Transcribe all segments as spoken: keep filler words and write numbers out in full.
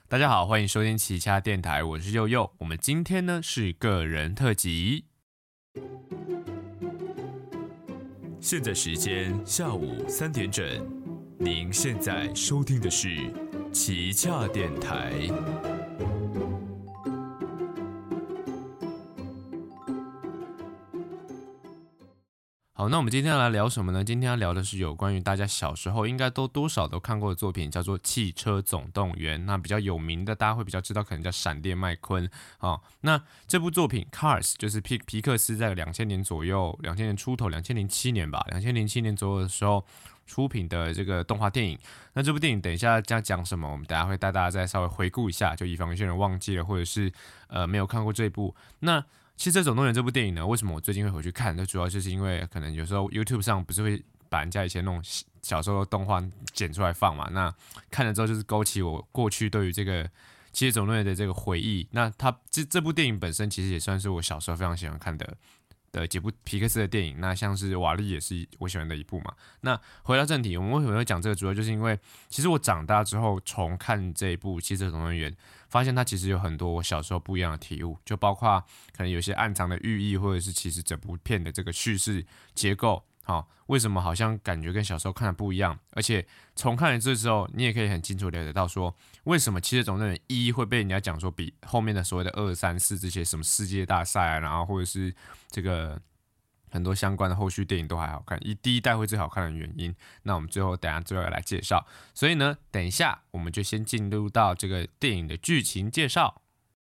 大家好，欢迎收听奇恰电台，我是佑佑。我们今天呢是个人特辑。现在时间下午三点整，您现在收听的是奇恰电台。好，那我们今天要来聊什么呢？今天要聊的是有关于大家小时候应该都多少都看过的作品，叫做《汽车总动员》。那比较有名的，大家会比较知道，可能叫闪电麦昆。哦，那这部作品 Cars 就是皮皮克斯在两千年左右，两千年出头，两千零七年吧，两千零七年左右的时候出品的这个动画电影。那这部电影等一下将讲什么，我们等一下会带大家再稍微回顾一下，就以防有些人忘记了，或者是呃没有看过这一部。那其实《汽车总动员》这部电影呢，为什么我最近会回去看？那主要就是因为可能有时候 YouTube 上不是会把人家以前那种小时候的动画剪出来放嘛，那看了之后就是勾起我过去对于这个《汽车总动员》的这个回忆。那它这这部电影本身其实也算是我小时候非常喜欢看的的几部皮克斯的电影，那像是瓦力也是我喜欢的一部嘛。那回到正题，我们为什么会讲这个？主要就是因为其实我长大之后重看这一部《汽车总动员》，发现它其实有很多我小时候不一样的体悟，就包括可能有些暗藏的寓意，或者是其实整部片的这个叙事结构。好，为什么好像感觉跟小时候看的不一样？而且重看了这之后，你也可以很清楚了解到说，为什么《汽车总动员一》会被人家讲说比后面的所谓的二、三、四这些什么世界大赛啊，然后或者是这个很多相关的后续电影都还好看，一第一代会最好看的原因。那我们最后等一下最后来介绍。所以呢，等一下我们就先进入到这个电影的剧情介绍。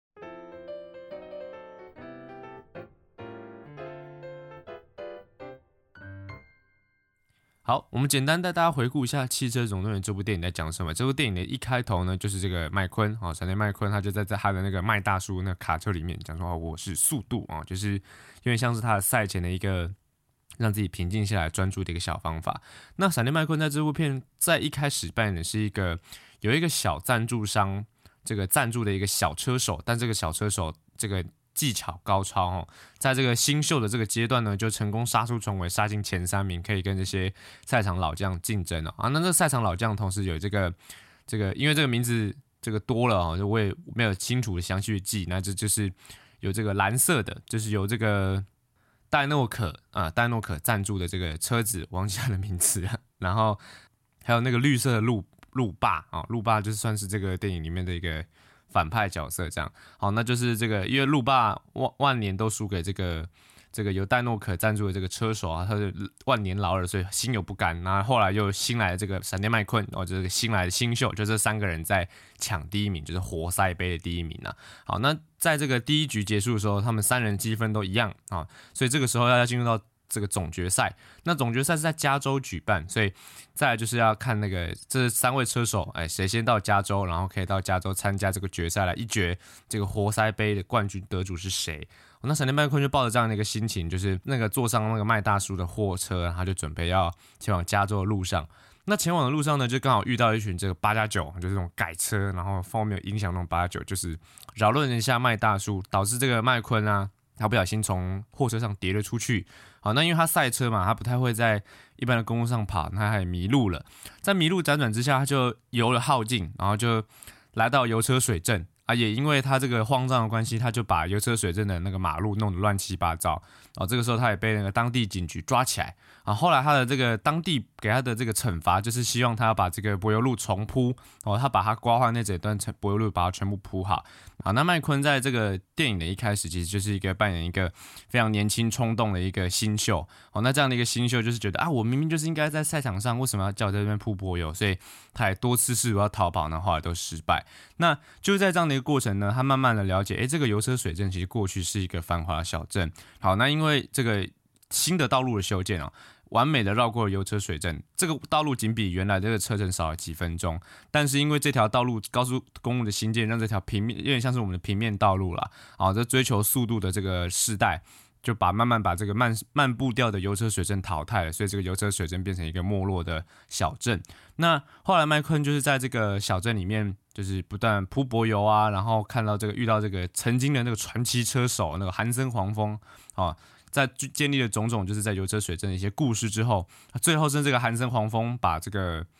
好，我们简单带大家回顾一下《汽车总动员》这部电影在讲什么。这部电影的一开头呢，就是这个麦昆啊，闪电麦昆，他就在在他的那个麦大叔那个卡车里面讲说，我是速度啊，就是有点像是他的赛前的一个让自己平静下来、专注的一个小方法。那闪电麦昆在这部片在一开始扮演的是一个有一个小赞助商这个赞助的一个小车手，但这个小车手这个技巧高超哦，在这个新秀的这个阶段呢，就成功杀出重围，杀进前三名，可以跟这些赛场老将竞争哦。啊，那这赛场老将同时有这个这个，因为这个名字这个多了哦，就我也没有清楚的详细的记。那这就是有这个蓝色的，就是由这个戴诺可啊戴诺可赞助的这个车子，忘记他的名字了。然后还有那个绿色的路路霸啊，路霸就是算是这个电影里面的一个反派角色，这样好，那就是这个，因为路霸万万年都输给这个这个由戴诺可赞助的这个车手啊，他是万年老二，所以心有不甘。那后来又新来的这个闪电麦昆，哦，就是新来的新秀，就这三个人在抢第一名，就是活塞杯的第一名啊。好，那在这个第一局结束的时候，他们三人积分都一样啊，所以这个时候要进入到这个总决赛。那总决赛是在加州举办，所以再来就是要看那个这三位车手，哎，谁先到加州，然后可以到加州参加这个决赛来一决这个活塞杯的冠军得主是谁。那闪电麦昆就抱着这样的一个心情，就是那个坐上那个麦大叔的货车，他就准备要前往加州的路上。那前往的路上呢，就刚好遇到一群这个八加九，就是这种改车，然后后面有影响那种八加九，就是扰乱一下麦大叔，导致这个麦昆啊，他不小心从货车上跌了出去。好，那因为他赛车嘛，他不太会在一般的公路上跑，他还迷路了。在迷路辗转之下，他就油了耗尽，然后就来到油车水镇啊。也因为他这个慌张的关系，他就把油车水镇的那个马路弄得乱七八糟。然后这个时候，他也被那个当地警局抓起来。啊，后来他的这个当地给他的这个惩罚，就是希望他要把这个柏油路重铺。哦，他把他刮坏那整段柏油路，把它全部铺好。好，那麦昆在这个电影的一开始，其实就是一个扮演一个非常年轻冲动的一个新秀。哦，那这样的一个新秀就是觉得啊，我明明就是应该在赛场上，为什么要叫我在这边铺柏油？所以他也多次试图要逃跑，然后后来都失败。那就是在这样的一个过程呢，他慢慢的了解，诶，这个油车水镇其实过去是一个繁华的小镇。好，那因为这个新的道路的修建哦，完美的绕过了油车水镇，这个道路仅比原来这个车程少了几分钟，但是因为这条道路高速公路的新建，让这条平面有点像是我们的平面道路啦，啊，这追求速度的这个世代，就把慢慢把这个慢慢步调的油车水镇淘汰了，所以这个油车水镇变成一个没落的小镇。那后来麦昆就是在这个小镇里面，就是不断铺柏油啊，然后看到这个遇到这个曾经的那个传奇车手那个韩森黄蜂啊。在建立了种种就是在油车水镇的一些故事之后，最后是这个韩森黄蜂把这个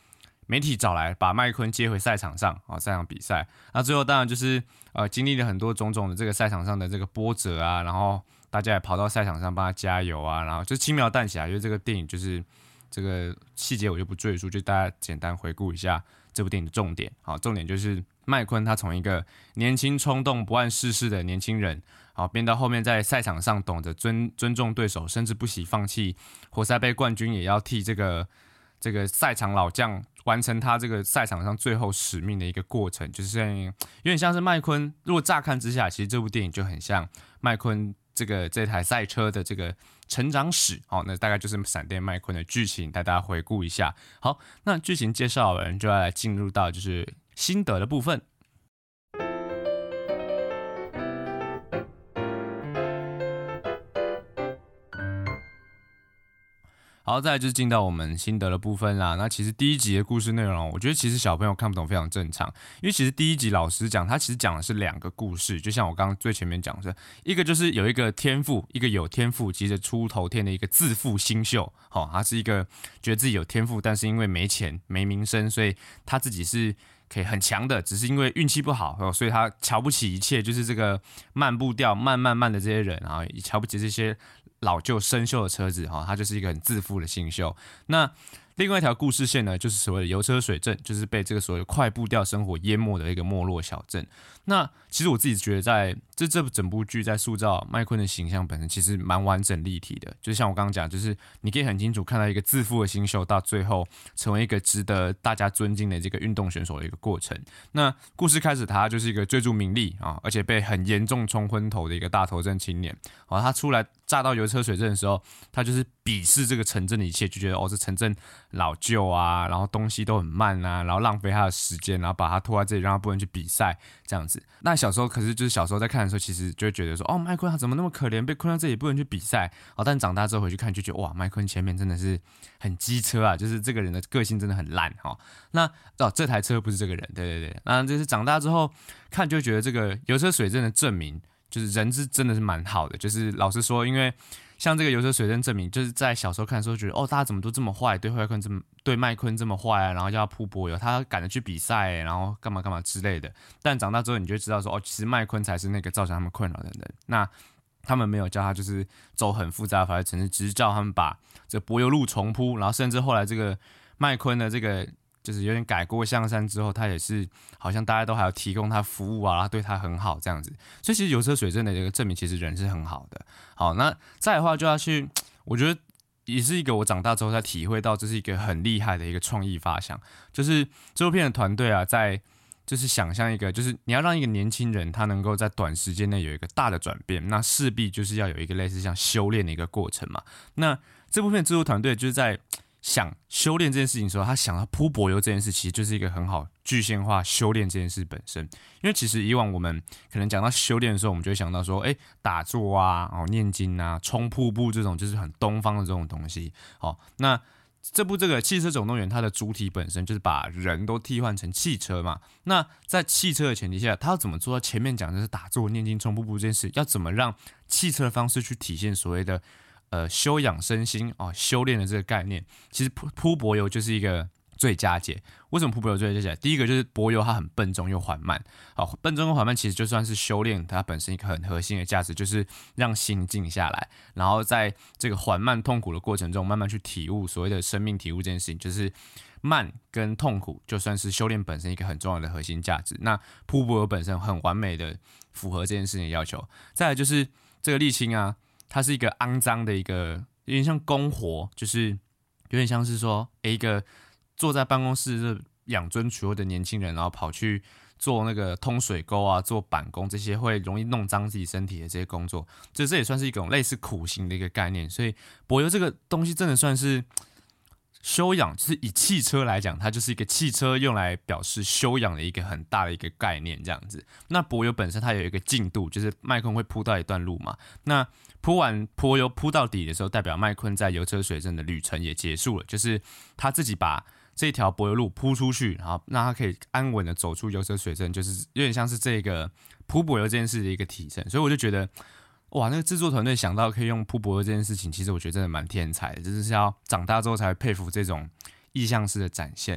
媒体找来把麦昆接回赛场上啊，赛场比赛。那最后当然就是呃经历了很多种种的这个赛场上的这个波折啊，然后大家也跑到赛场上帮他加油啊，然后就轻描淡写啊，因为这个电影就是这个细节我就不赘述，就大家简单回顾一下这部电影的重点。好，重点就是麦昆他从一个年轻冲动不谙世事的年轻人，好变到后面在赛场上懂得尊尊重对手，甚至不惜放弃活塞杯冠军，也要替这个这个赛场老将完成他这个赛场上最后使命的一个过程，就是有点像是麦昆。如果乍看之下，其实这部电影就很像麦昆这个这台赛车的这个成长史。好，那大概就是闪电麦昆的剧情，带大家回顾一下。好，那剧情介绍完，就要来进入到就是心得的部分。好，再来就是进到我们心得的部分啦。那其实第一集的故事内容，我觉得其实小朋友看不懂非常正常，因为其实第一集老实讲，他其实讲的是两个故事，就像我刚刚最前面讲的，一个就是有一个天赋，一个有天赋急着出头天的一个自负新秀，好、哦，他是一个觉得自己有天赋，但是因为没钱没名声，所以他自己是可以很强的，只是因为运气不好、哦，所以他瞧不起一切，就是这个慢步调、慢慢慢的这些人，然后也瞧不起这些老旧生锈的车子，哈，他就是一个很自负的新秀。那另外一条故事线呢，就是所谓的油车水镇，就是被这个所谓的快步调生活淹没的一个没落小镇。那其实我自己觉得在，在这这整部剧在塑造麦昆的形象本身，其实蛮完整立体的。就是像我刚刚讲，就是你可以很清楚看到一个自负的新秀，到最后成为一个值得大家尊敬的这个运动选手的一个过程。那故事开始，他就是一个追逐名利啊，而且被很严重冲昏头的一个大头症青年。啊，他出来炸到油车水镇的时候，他就是鄙视这个城镇的一切，就觉得哦，这城镇老旧啊，然后东西都很慢啊，然后浪费他的时间，然后把他拖在这里，让他不能去比赛这样子。那小时候可是就是小时候在看的时候，其实就会觉得说，哦，麦昆他怎么那么可怜，被困在这里不能去比赛。哦，但长大之后回去看，就觉得哇，麦昆前面真的是很机车啊，就是这个人的个性真的很烂哈、哦。那哦，这台车不是这个人，对对对。那就是长大之后看，就会觉得这个油车水镇的证明。就是人是真的是蛮好的，就是老实说，因为像这个油车水镇证明，就是在小时候看的时候觉得，哦，大家怎么都这么坏，对麦昆这么对麦昆这么坏啊，然后要扑柏油，他赶着去比赛，然后干嘛干嘛之类的。但长大之后，你就知道说，哦，其实麦昆才是那个造成他们困扰的人。那他们没有叫他就是走很复杂的法律程序，只是叫他们把这柏油路重铺，然后甚至后来这个麦昆的这个。就是有点改过向善之后，他也是好像大家都还要提供他服务啊，他对他很好这样子，所以其实油车水镇的这个证明，其实人是很好的。好，那再来的话就要去，我觉得也是一个我长大之后才体会到，这是一个很厉害的一个创意发想，就是这部片的团队啊，在就是想象一个，就是你要让一个年轻人他能够在短时间内有一个大的转变，那势必就是要有一个类似像修炼的一个过程嘛。那这部片制作团队就是在。想修炼这件事情的时候，他想到铺柏油这件事，其实就是一个很好具象化修炼这件事本身。因为其实以往我们可能讲到修炼的时候，我们就会想到说，哎，打坐啊，哦，念经啊，冲瀑布这种就是很东方的这种东西。好，那这部这个汽车总动员，它的主体本身就是把人都替换成汽车嘛。那在汽车的前提下，它要怎么做到前面讲的是打坐、念经、冲瀑布这件事，要怎么让汽车的方式去体现所谓的。呃，修养身心哦，修炼的这个概念，其实铺铺柏油就是一个最佳解。为什么铺柏油最佳解？第一个就是柏油它很笨重又缓慢，好，笨重又缓慢其实就算是修炼它本身一个很核心的价值，就是让心静下来，然后在这个缓慢痛苦的过程中，慢慢去体悟所谓的生命体悟这件事情，就是慢跟痛苦，就算是修炼本身一个很重要的核心价值。那铺柏油本身很完美的符合这件事情的要求。再来就是这个沥青啊。它是一个肮脏的一个，有点像工活，就是有点像是说，一个坐在办公室养尊处优的年轻人，然后跑去做那个通水沟啊、做板工这些会容易弄脏自己身体的这些工作，这这也算是一种类似苦行的一个概念。所以柏油这个东西真的算是修养，就是以汽车来讲，它就是一个汽车用来表示修养的一个很大的一个概念，这样子。那柏油本身它有一个进度，就是麦昆会铺到一段路嘛，那铺完柏油铺到底的时候，代表麦昆在油车水镇的旅程也结束了，就是他自己把这条柏油路铺出去，然后让他可以安稳的走出油车水镇，就是有点像是这个铺柏油这件事的一个体现。所以我就觉得，哇，那个制作团队想到可以用铺柏油这件事情，其实我觉得真的蛮天才的，就是要长大之后才会佩服这种意象式的展现。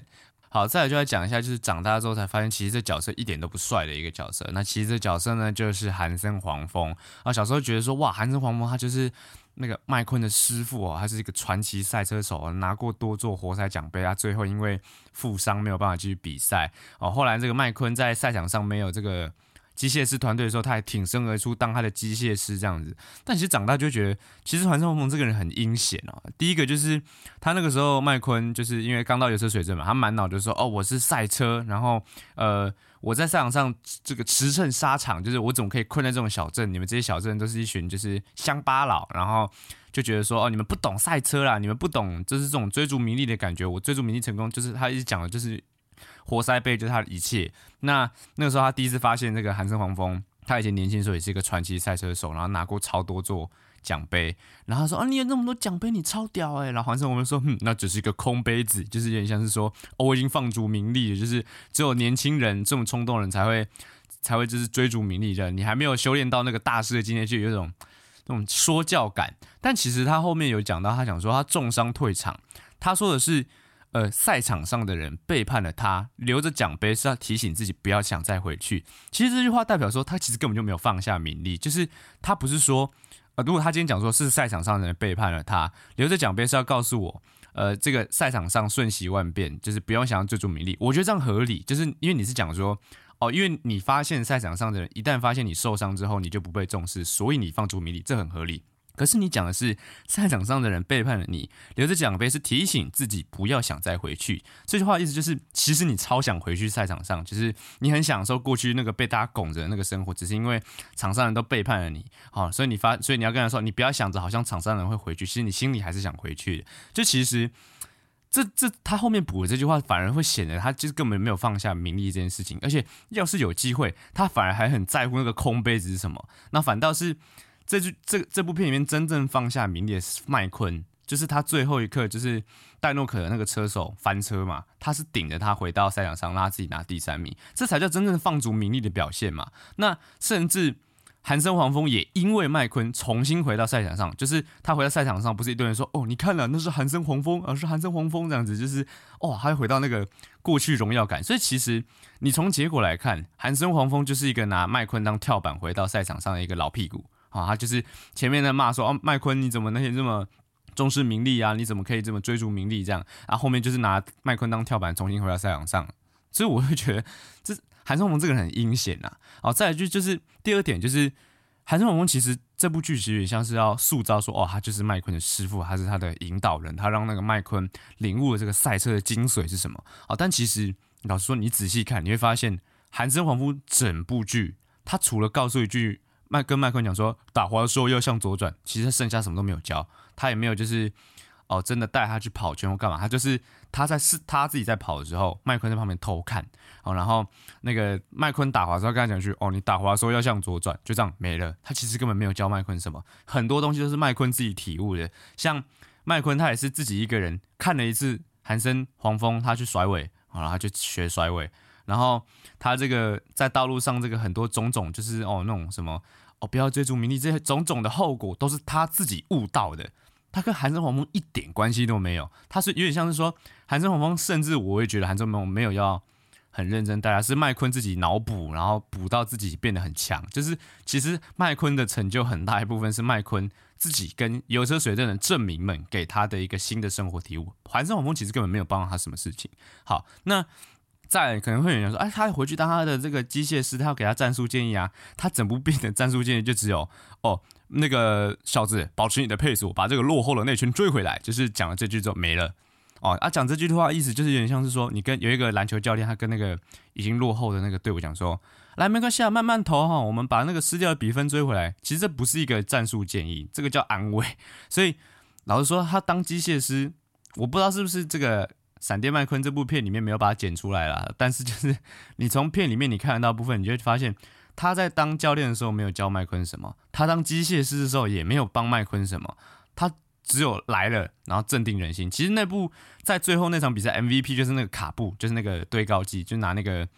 好，再来就来讲一下，就是长大之后才发现，其实这角色一点都不帅的一个角色。那其实这角色呢，就是韩森黄蜂啊。小时候觉得说，哇，韩森黄蜂他就是那个麦昆的师傅哦，他是一个传奇赛车手，拿过多座活塞奖杯。他最后因为负伤没有办法继续比赛哦。后来这个麦昆在赛场上没有这个机械师团队的时候，他还挺身而出当他的机械师这样子。但其实长大就觉得，其实韩森黄蜂这个人很阴险哦。第一个就是他那个时候麦昆就是因为刚到油车水镇嘛，他满脑就说哦我是赛车，然后呃我在赛场上这个驰骋沙场，就是我怎么可以困在这种小镇？你们这些小镇都是一群就是乡巴佬，然后就觉得说哦你们不懂赛车啦，你们不懂就是这种追逐名利的感觉。我追逐名利成功，就是他一直讲的就是。活塞杯就是他的一切。那那个时候他第一次发现这个韩森黄蜂，他以前年轻的时候也是一个传奇赛车手，然后拿过超多座奖杯。然后他说啊，你有那么多奖杯，你超屌哎、欸！然后韩森黄蜂说，嗯，那只是一个空杯子，就是有点像是说，哦，我已经放逐名利了，就是只有年轻人这种冲动的人才会才会就是追逐名利的，你还没有修炼到那个大师的境界，就有一种那种说教感。但其实他后面有讲到，他讲说他重伤退场，他说的是。呃，赛场上的人背叛了他，留着奖杯是要提醒自己不要想再回去。其实这句话代表说，他其实根本就没有放下名利，就是他不是说，呃，如果他今天讲说是赛场上的人背叛了他，留着奖杯是要告诉我，呃，这个赛场上瞬息万变，就是不用想要追逐名利。我觉得这样合理，就是因为你是讲说，哦，因为你发现赛场上的人一旦发现你受伤之后，你就不被重视，所以你放逐名利，这很合理。可是你讲的是赛场上的人背叛了你，留着奖杯是提醒自己不要想再回去。这句话的意思就是，其实你超想回去赛场上，就是你很享受过去那个被大家拱着的那个生活，只是因为场上人都背叛了你，好、哦，所以你发，所以你要跟他说，你不要想着好像场上人会回去，其实你心里还是想回去的。就其实这这他后面补的这句话，反而会显得他就是根本没有放下名利这件事情，而且要是有机会，他反而还很在乎那个空杯子是什么，那反倒是。这句这这部片里面真正放下名利的是麦昆，就是他最后一刻就是戴诺可的那个车手翻车嘛，他是顶着他回到赛场上，让他自己拿第三名，这才叫真正放逐名利的表现嘛。那甚至韩森黄蜂也因为麦昆重新回到赛场上，就是他回到赛场上，不是一堆人说哦，你看了那是韩森黄蜂，而是韩森黄蜂这样子，就是哦，他会回到那个过去荣耀感。所以其实你从结果来看，韩森黄蜂就是一个拿麦昆当跳板回到赛场上的一个老屁股。啊，他就是前面在骂说，哦，麦昆你怎么那些这么重视名利啊？你怎么可以这么追逐名利这样？啊，后面就是拿麦昆当跳板重新回到赛场上，所以我会觉得这韩森黄蜂这个人很阴险呐。哦，再来就就是第二点就是韩森黄蜂其实这部剧其实也像是要塑造说，哦，他就是麦昆的师傅，他是他的引导人，他让那个麦昆领悟了这个赛车的精髓是什么。哦，但其实老实说，你仔细看你会发现，韩森黄蜂整部剧他除了告诉一句。麦跟麦昆讲说打滑的时候要向左转，其实剩下什么都没有教，他也没有就是哦真的带他去跑圈或干嘛，他就是他在是他自己在跑的时候，麦昆在旁边偷看哦，然后那个麦昆打滑的时候跟他讲句哦你打滑的时候要向左转，就这样没了，他其实根本没有教麦昆什么，很多东西都是麦昆自己体悟的，像麦昆他也是自己一个人看了一次韩森黄蜂他去甩尾，然后他就学甩尾。然后他这个在道路上这个很多种种就是哦那种什么哦不要追逐名利这些种种的后果都是他自己悟到的，他跟韩森黄蜂一点关系都没有，他是有点像是说韩森黄蜂，甚至我会觉得韩森黄蜂没有要很认真带他，是麦昆自己脑补，然后补到自己变得很强，就是其实麦昆的成就很大一部分是麦昆自己跟油车水镇的证明们给他的一个新的生活体悟，韩森黄蜂其实根本没有帮到他什么事情。好，那。再来可能会有人说，哎，他回去当他的这个机械师，他要给他战术建议啊。他整部片的战术建议就只有，哦，那个小子，保持你的配速，把这个落后的内圈追回来，就是讲了这句之后没了。哦，啊，讲这句的话，意思就是有点像是说，你跟有一个篮球教练，他跟那个已经落后的那个队伍讲说，来，没关系啊，慢慢投哈，我们把那个失掉的比分追回来。其实这不是一个战术建议，这个叫安慰。所以老实说，他当机械师，我不知道是不是这个。闪电麦昆这部片里面没有把它剪出来啦，但是就是你从片里面你看得到部分，你就会发现他在当教练的时候没有教麦昆什么，他当机械师的时候也没有帮麦昆什么，他只有来了，然后镇定人心。其实那部在最后那场比赛 M V P 就是那个卡布，就是那个堆高机，就拿那个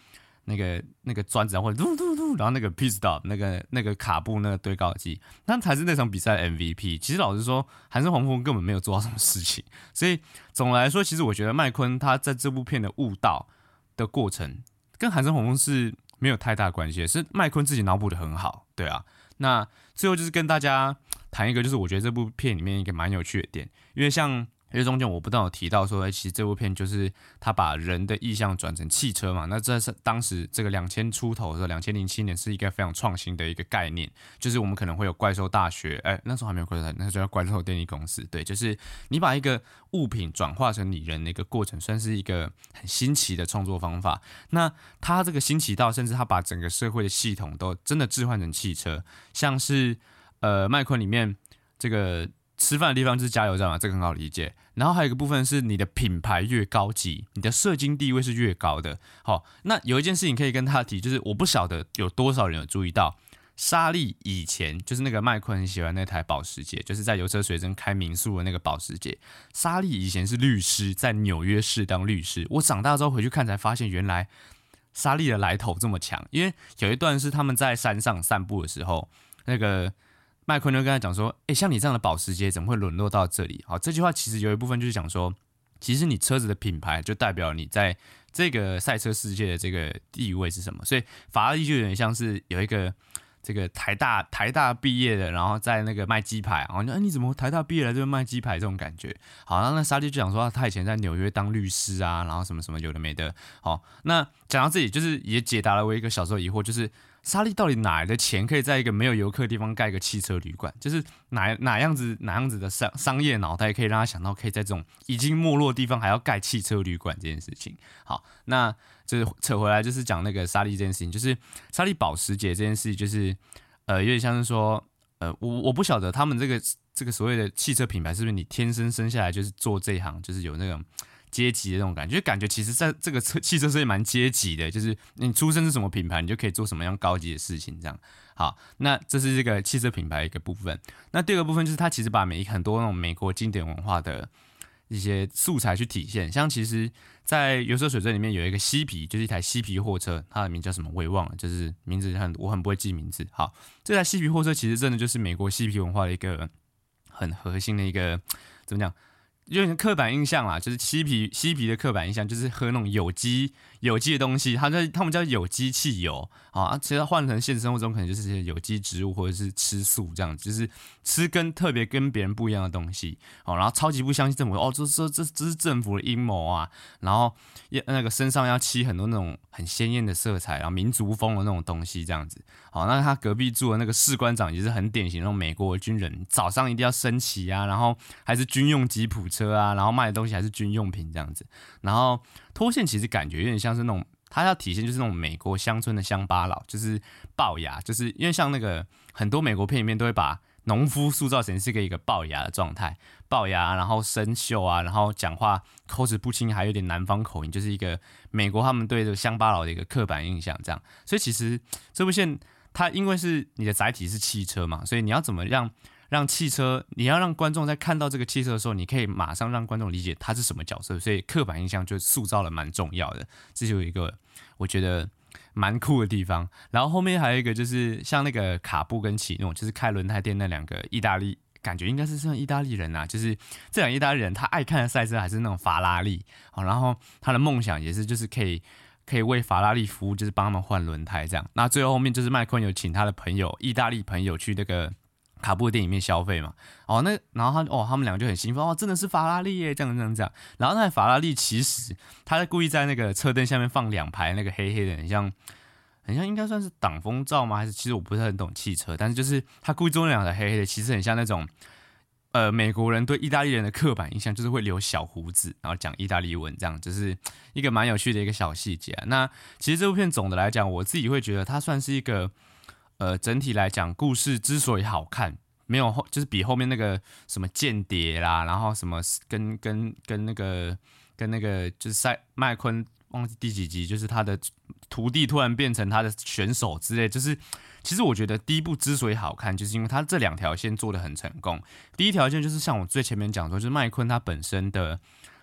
那个那个砖子啊，或者嘟嘟嘟，然后那个 pit stop 那个那个卡布那个堆高机，那才是那场比赛的 M V P。其实老实说，韩生黄蜂根本没有做到什么事情。所以总的来说，其实我觉得麦昆他在这部片的悟道的过程，跟韩生黄蜂是没有太大关系的，是麦昆自己脑补的很好，对啊。那最后就是跟大家谈一个，就是我觉得这部片里面一个蛮有趣的点，因为像。因为中间我不但有提到说，其实这部片就是他把人的意象转成汽车嘛，那这是当时这个两千出头的时候，两千零七年是一个非常创新的一个概念，就是我们可能会有怪兽大学，哎、欸，那时候还没有怪兽大学，那时候叫怪兽电力公司，对，就是你把一个物品转化成拟人的一个过程，算是一个很新奇的创作方法。那他这个新奇到，甚至他把整个社会的系统都真的置换成汽车，像是呃麦昆里面这个。吃饭的地方就是加油站嘛，这个很好理解。然后还有一个部分是你的品牌越高级，你的社经地位是越高的。好，那有一件事情可以跟他提，就是我不晓得有多少人有注意到，莎莉以前就是那个麦昆很喜欢那台保时捷，就是在油车水镇开民宿的那个保时捷。莎莉以前是律师，在纽约市当律师。我长大之后回去看才发现，原来莎莉的来头这么强。因为有一段是他们在山上散步的时候，那个。麦昆就跟他讲说：“哎、欸，像你这样的保时捷怎么会沦落到这里？”好，这句话其实有一部分就是讲说，其实你车子的品牌就代表你在这个赛车世界的这个地位是什么。所以法拉利就有点像是有一个这个台大台大毕业的，然后在那个卖鸡排，然后就哎、欸、你怎么台大毕业来这边卖鸡排这种感觉。好，那那莎莉就讲说他以前在纽约当律师啊，然后什么什么有的没的。好，那讲到这里就是也解答了我一个小时候疑惑，就是。莎莉到底哪来的钱，可以在一个没有游客的地方盖一个汽车旅馆？就是哪哪样子哪样子的商商业脑袋，可以让他想到可以在这种已经没落的地方还要盖汽车旅馆这件事情？好，那就是扯回来，就是讲那个莎莉这件事情，就是莎莉保时捷这件事情，就是呃有点像是说，呃我我不晓得他们这个这个所谓的汽车品牌是不是你天生生下来就是做这一行，就是有那种。阶级的那种感觉，就感觉其实在这个车汽车是蛮阶级的，就是你出身是什么品牌，你就可以做什么样高级的事情，这样。好，那这是这个汽车品牌的一个部分。那第二个部分就是它其实把每很多那种美国经典文化的一些素材去体现，像其实，在油车水镇里面有一个嬉皮，就是一台嬉皮货车，它的名叫什么我也忘了，就是名字很我很不会记名字。好，这台嬉皮货车其实真的就是美国嬉皮文化的一个很核心的一个怎么讲？有点刻板印象啦，就是嬉皮嬉皮的刻板印象，就是喝那种有机有机的东西，他在他们叫有机汽油啊，其实换成现实生活中可能就是些有机植物或者是吃素这样子，就是吃跟特别跟别人不一样的东西哦，然后超级不相信政府哦，这这这这是政府的阴谋啊，然后那个身上要漆很多那种很鲜艳的色彩，然后民族风的那种东西这样子，好，那他隔壁住的那个士官长也是很典型的那种美国的军人，早上一定要升旗啊，然后还是军用吉普车。车啊，然后卖的东西还是军用品这样子，然后脱线其实感觉有点像是那种，它要体现就是那种美国乡村的乡巴佬，就是龅牙，就是因为像那个很多美国片里面都会把农夫塑造成是个一个龅牙的状态，龅牙，然后生锈啊，然后讲话口齿不清，还有点南方口音，就是一个美国他们对这个乡巴佬的一个刻板印象这样。所以其实这部片它因为是你的载体是汽车嘛，所以你要怎么让让汽车，你要让观众在看到这个汽车的时候，你可以马上让观众理解它是什么角色，所以刻板印象就塑造了蛮重要的，这就有一个我觉得蛮酷的地方。然后后面还有一个就是像那个卡布跟奇诺，就是开轮胎店那两个意大利，感觉应该是像意大利人啊，就是这两个意大利人他爱看的赛车还是那种法拉利，然后他的梦想也是就是可以。可以为法拉利服务，就是帮他们换轮胎这样。那最后后面就是麦昆有请他的朋友，意大利朋友去那个卡布的店里面消费嘛。哦，那然后他哦，他们两个就很兴奋哦，真的是法拉利耶，这样这样这样。然后那台法拉利其实他在故意在那个车灯下面放两排那个黑黑的，很像很像应该算是挡风罩吗？还是其实我不是很懂汽车，但是就是他故意做那两台黑黑的，其实很像那种。呃，美国人对意大利人的刻板印象就是会留小胡子，然后讲意大利文，这样就是一个蛮有趣的一个小细节、啊。那其实这部片总的来讲，我自己会觉得它算是一个，呃，整体来讲故事之所以好看，没有后就是比后面那个什么间谍啦，然后什么跟跟跟那个跟那个就是赛麦昆忘记第几集，就是他的徒弟突然变成他的选手之类，就是。其实我觉得第一部之所以好看，就是因为它这两条线做得很成功。第一条线就是像我最前面讲说，就是麦昆他本身的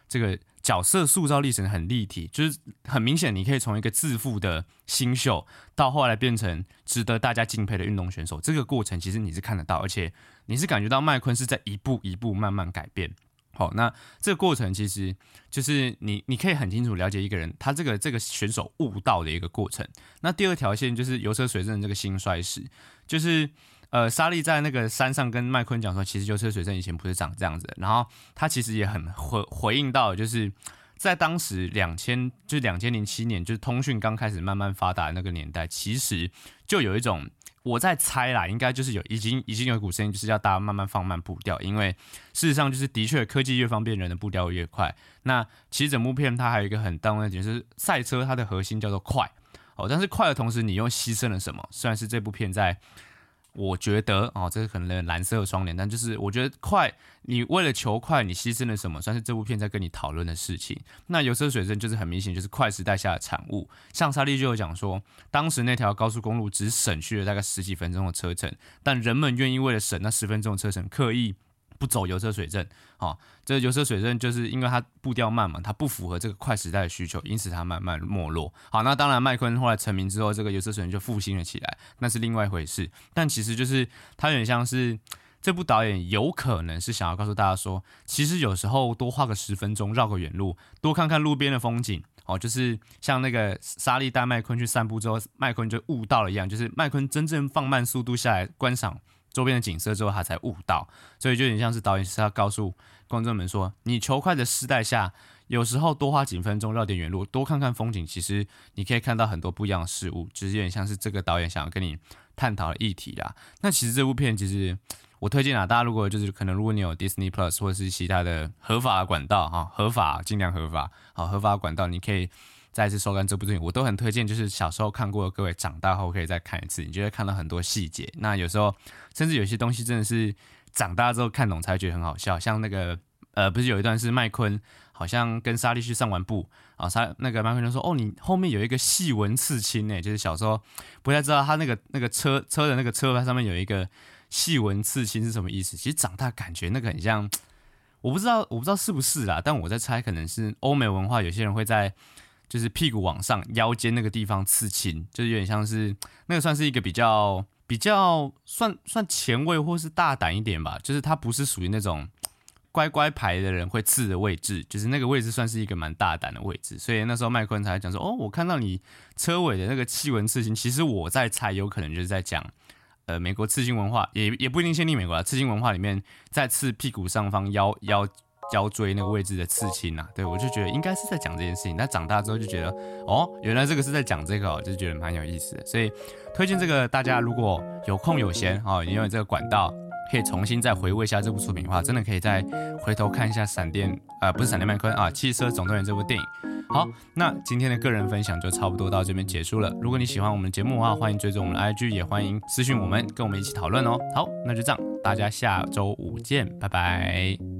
这个角色塑造历程很立体，就是很明显，你可以从一个自负的新秀，到后来变成值得大家敬佩的运动选手，这个过程其实你是看得到，而且你是感觉到麦昆是在一步一步慢慢改变。好，那这个过程其实就是你，你可以很清楚了解一个人他这个这个选手悟道的一个过程。那第二条线就是油车水正的这个兴衰史，就是呃沙利在那个山上跟麦昆讲说，其实油车水正以前不是长这样子的，然后他其实也很回回应到，就是在当时两千就是两千零七年，就是通讯刚开始慢慢发达的那个年代，其实就有一种。我在猜啦，应该就是有已经已经有一股声音，就是要大家慢慢放慢步调，因为事实上就是的确科技越方便，人的步调越快。那其实整部片它还有一个很大的点，就是赛车它的核心叫做快哦，但是快的同时你又牺牲了什么？虽然是这部片在。我觉得哦，这个可能蓝色双脸，但就是我觉得快，你为了求快，你牺牲了什么，算是这部片在跟你讨论的事情。那油车水正就是很明显就是快时代下的产物。像沙利就有讲说，当时那条高速公路只省去了大概十几分钟的车程，但人们愿意为了省那十分钟的车程，刻意不走油车水正，哦，这个油车水正就是因为它步调慢嘛，它不符合这个快时代的需求，因此它慢慢没落。好，那当然麦昆后来成名之后，这个油车水正就复兴了起来，那是另外一回事。但其实就是它有点像是这部导演有可能是想要告诉大家说，其实有时候多花个十分钟绕个远路，多看看路边的风景。哦，就是像那个沙利带麦昆去散步之后，麦昆就悟到了一样，就是麦昆真正放慢速度下来观赏周边的景色之后，他才悟到，所以就有点像是导演是要告诉观众们说，你求快的时代下，有时候多花几分钟绕点远路，多看看风景，其实你可以看到很多不一样的事物，就是有点像是这个导演想要跟你探讨的议题啦。那其实这部片其实我推荐啊，大家如果就是可能如果你有 Disney Plus 或者是其他的合法的管道哈，合法尽量合法，好合法的管道，你可以再一次收看这部电影，我都很推荐，就是小时候看过的各位，长大后可以再看一次，你就会看到很多细节。那有时候甚至有些东西真的是长大之后看懂才觉得很好笑，像那个呃，不是有一段是麦昆好像跟沙利去上完步啊，沙那个麦昆就说：“哦，你后面有一个细纹刺青诶，就是小时候不太知道他那个那个车车的那个车牌上面有一个细纹刺青是什么意思。其实长大感觉那个很像，我不知道我不知道是不是啦，但我在猜可能是欧美文化，有些人会在。”就是屁股往上、腰间那个地方刺青，就是有点像是那个算是一个比较比较算算前卫或是大胆一点吧，就是它不是属于那种乖乖牌的人会刺的位置，就是那个位置算是一个蛮大胆的位置，所以那时候麦昆才讲说，哦，我看到你车尾的那个细纹刺青，其实我在猜有可能就是在讲。呃，美国刺青文化也也不一定限定美国啦，刺青文化里面在刺屁股上方腰腰。腰椎那个位置的刺青啊，对我就觉得应该是在讲这件事情。但长大之后就觉得，哦，原来这个是在讲这个哦，就是觉得蛮有意思的。所以推荐这个，大家如果有空有闲哦，你有这个管道，可以重新再回味一下这部作品的话，真的可以再回头看一下闪电，呃，不是闪电麦昆啊，汽车总动员这部电影。好，那今天的个人分享就差不多到这边结束了。如果你喜欢我们的节目的话，欢迎追踪我们的 I G， 也欢迎私讯我们，跟我们一起讨论哦。好，那就这样，大家下周五见，拜拜。